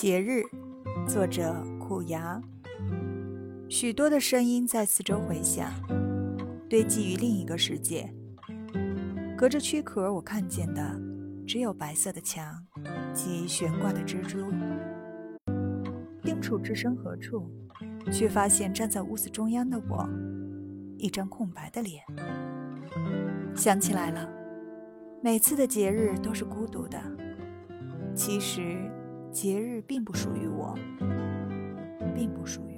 节日，作者苦牙。许多的声音在四周回响，堆积于另一个世界。隔着躯壳，我看见的只有白色的墙及悬挂的蜘蛛。定处置身何处，却发现站在屋子中央的我，一张空白的脸。想起来了，每次的节日都是孤独的。其实节日并不属于我，并不属于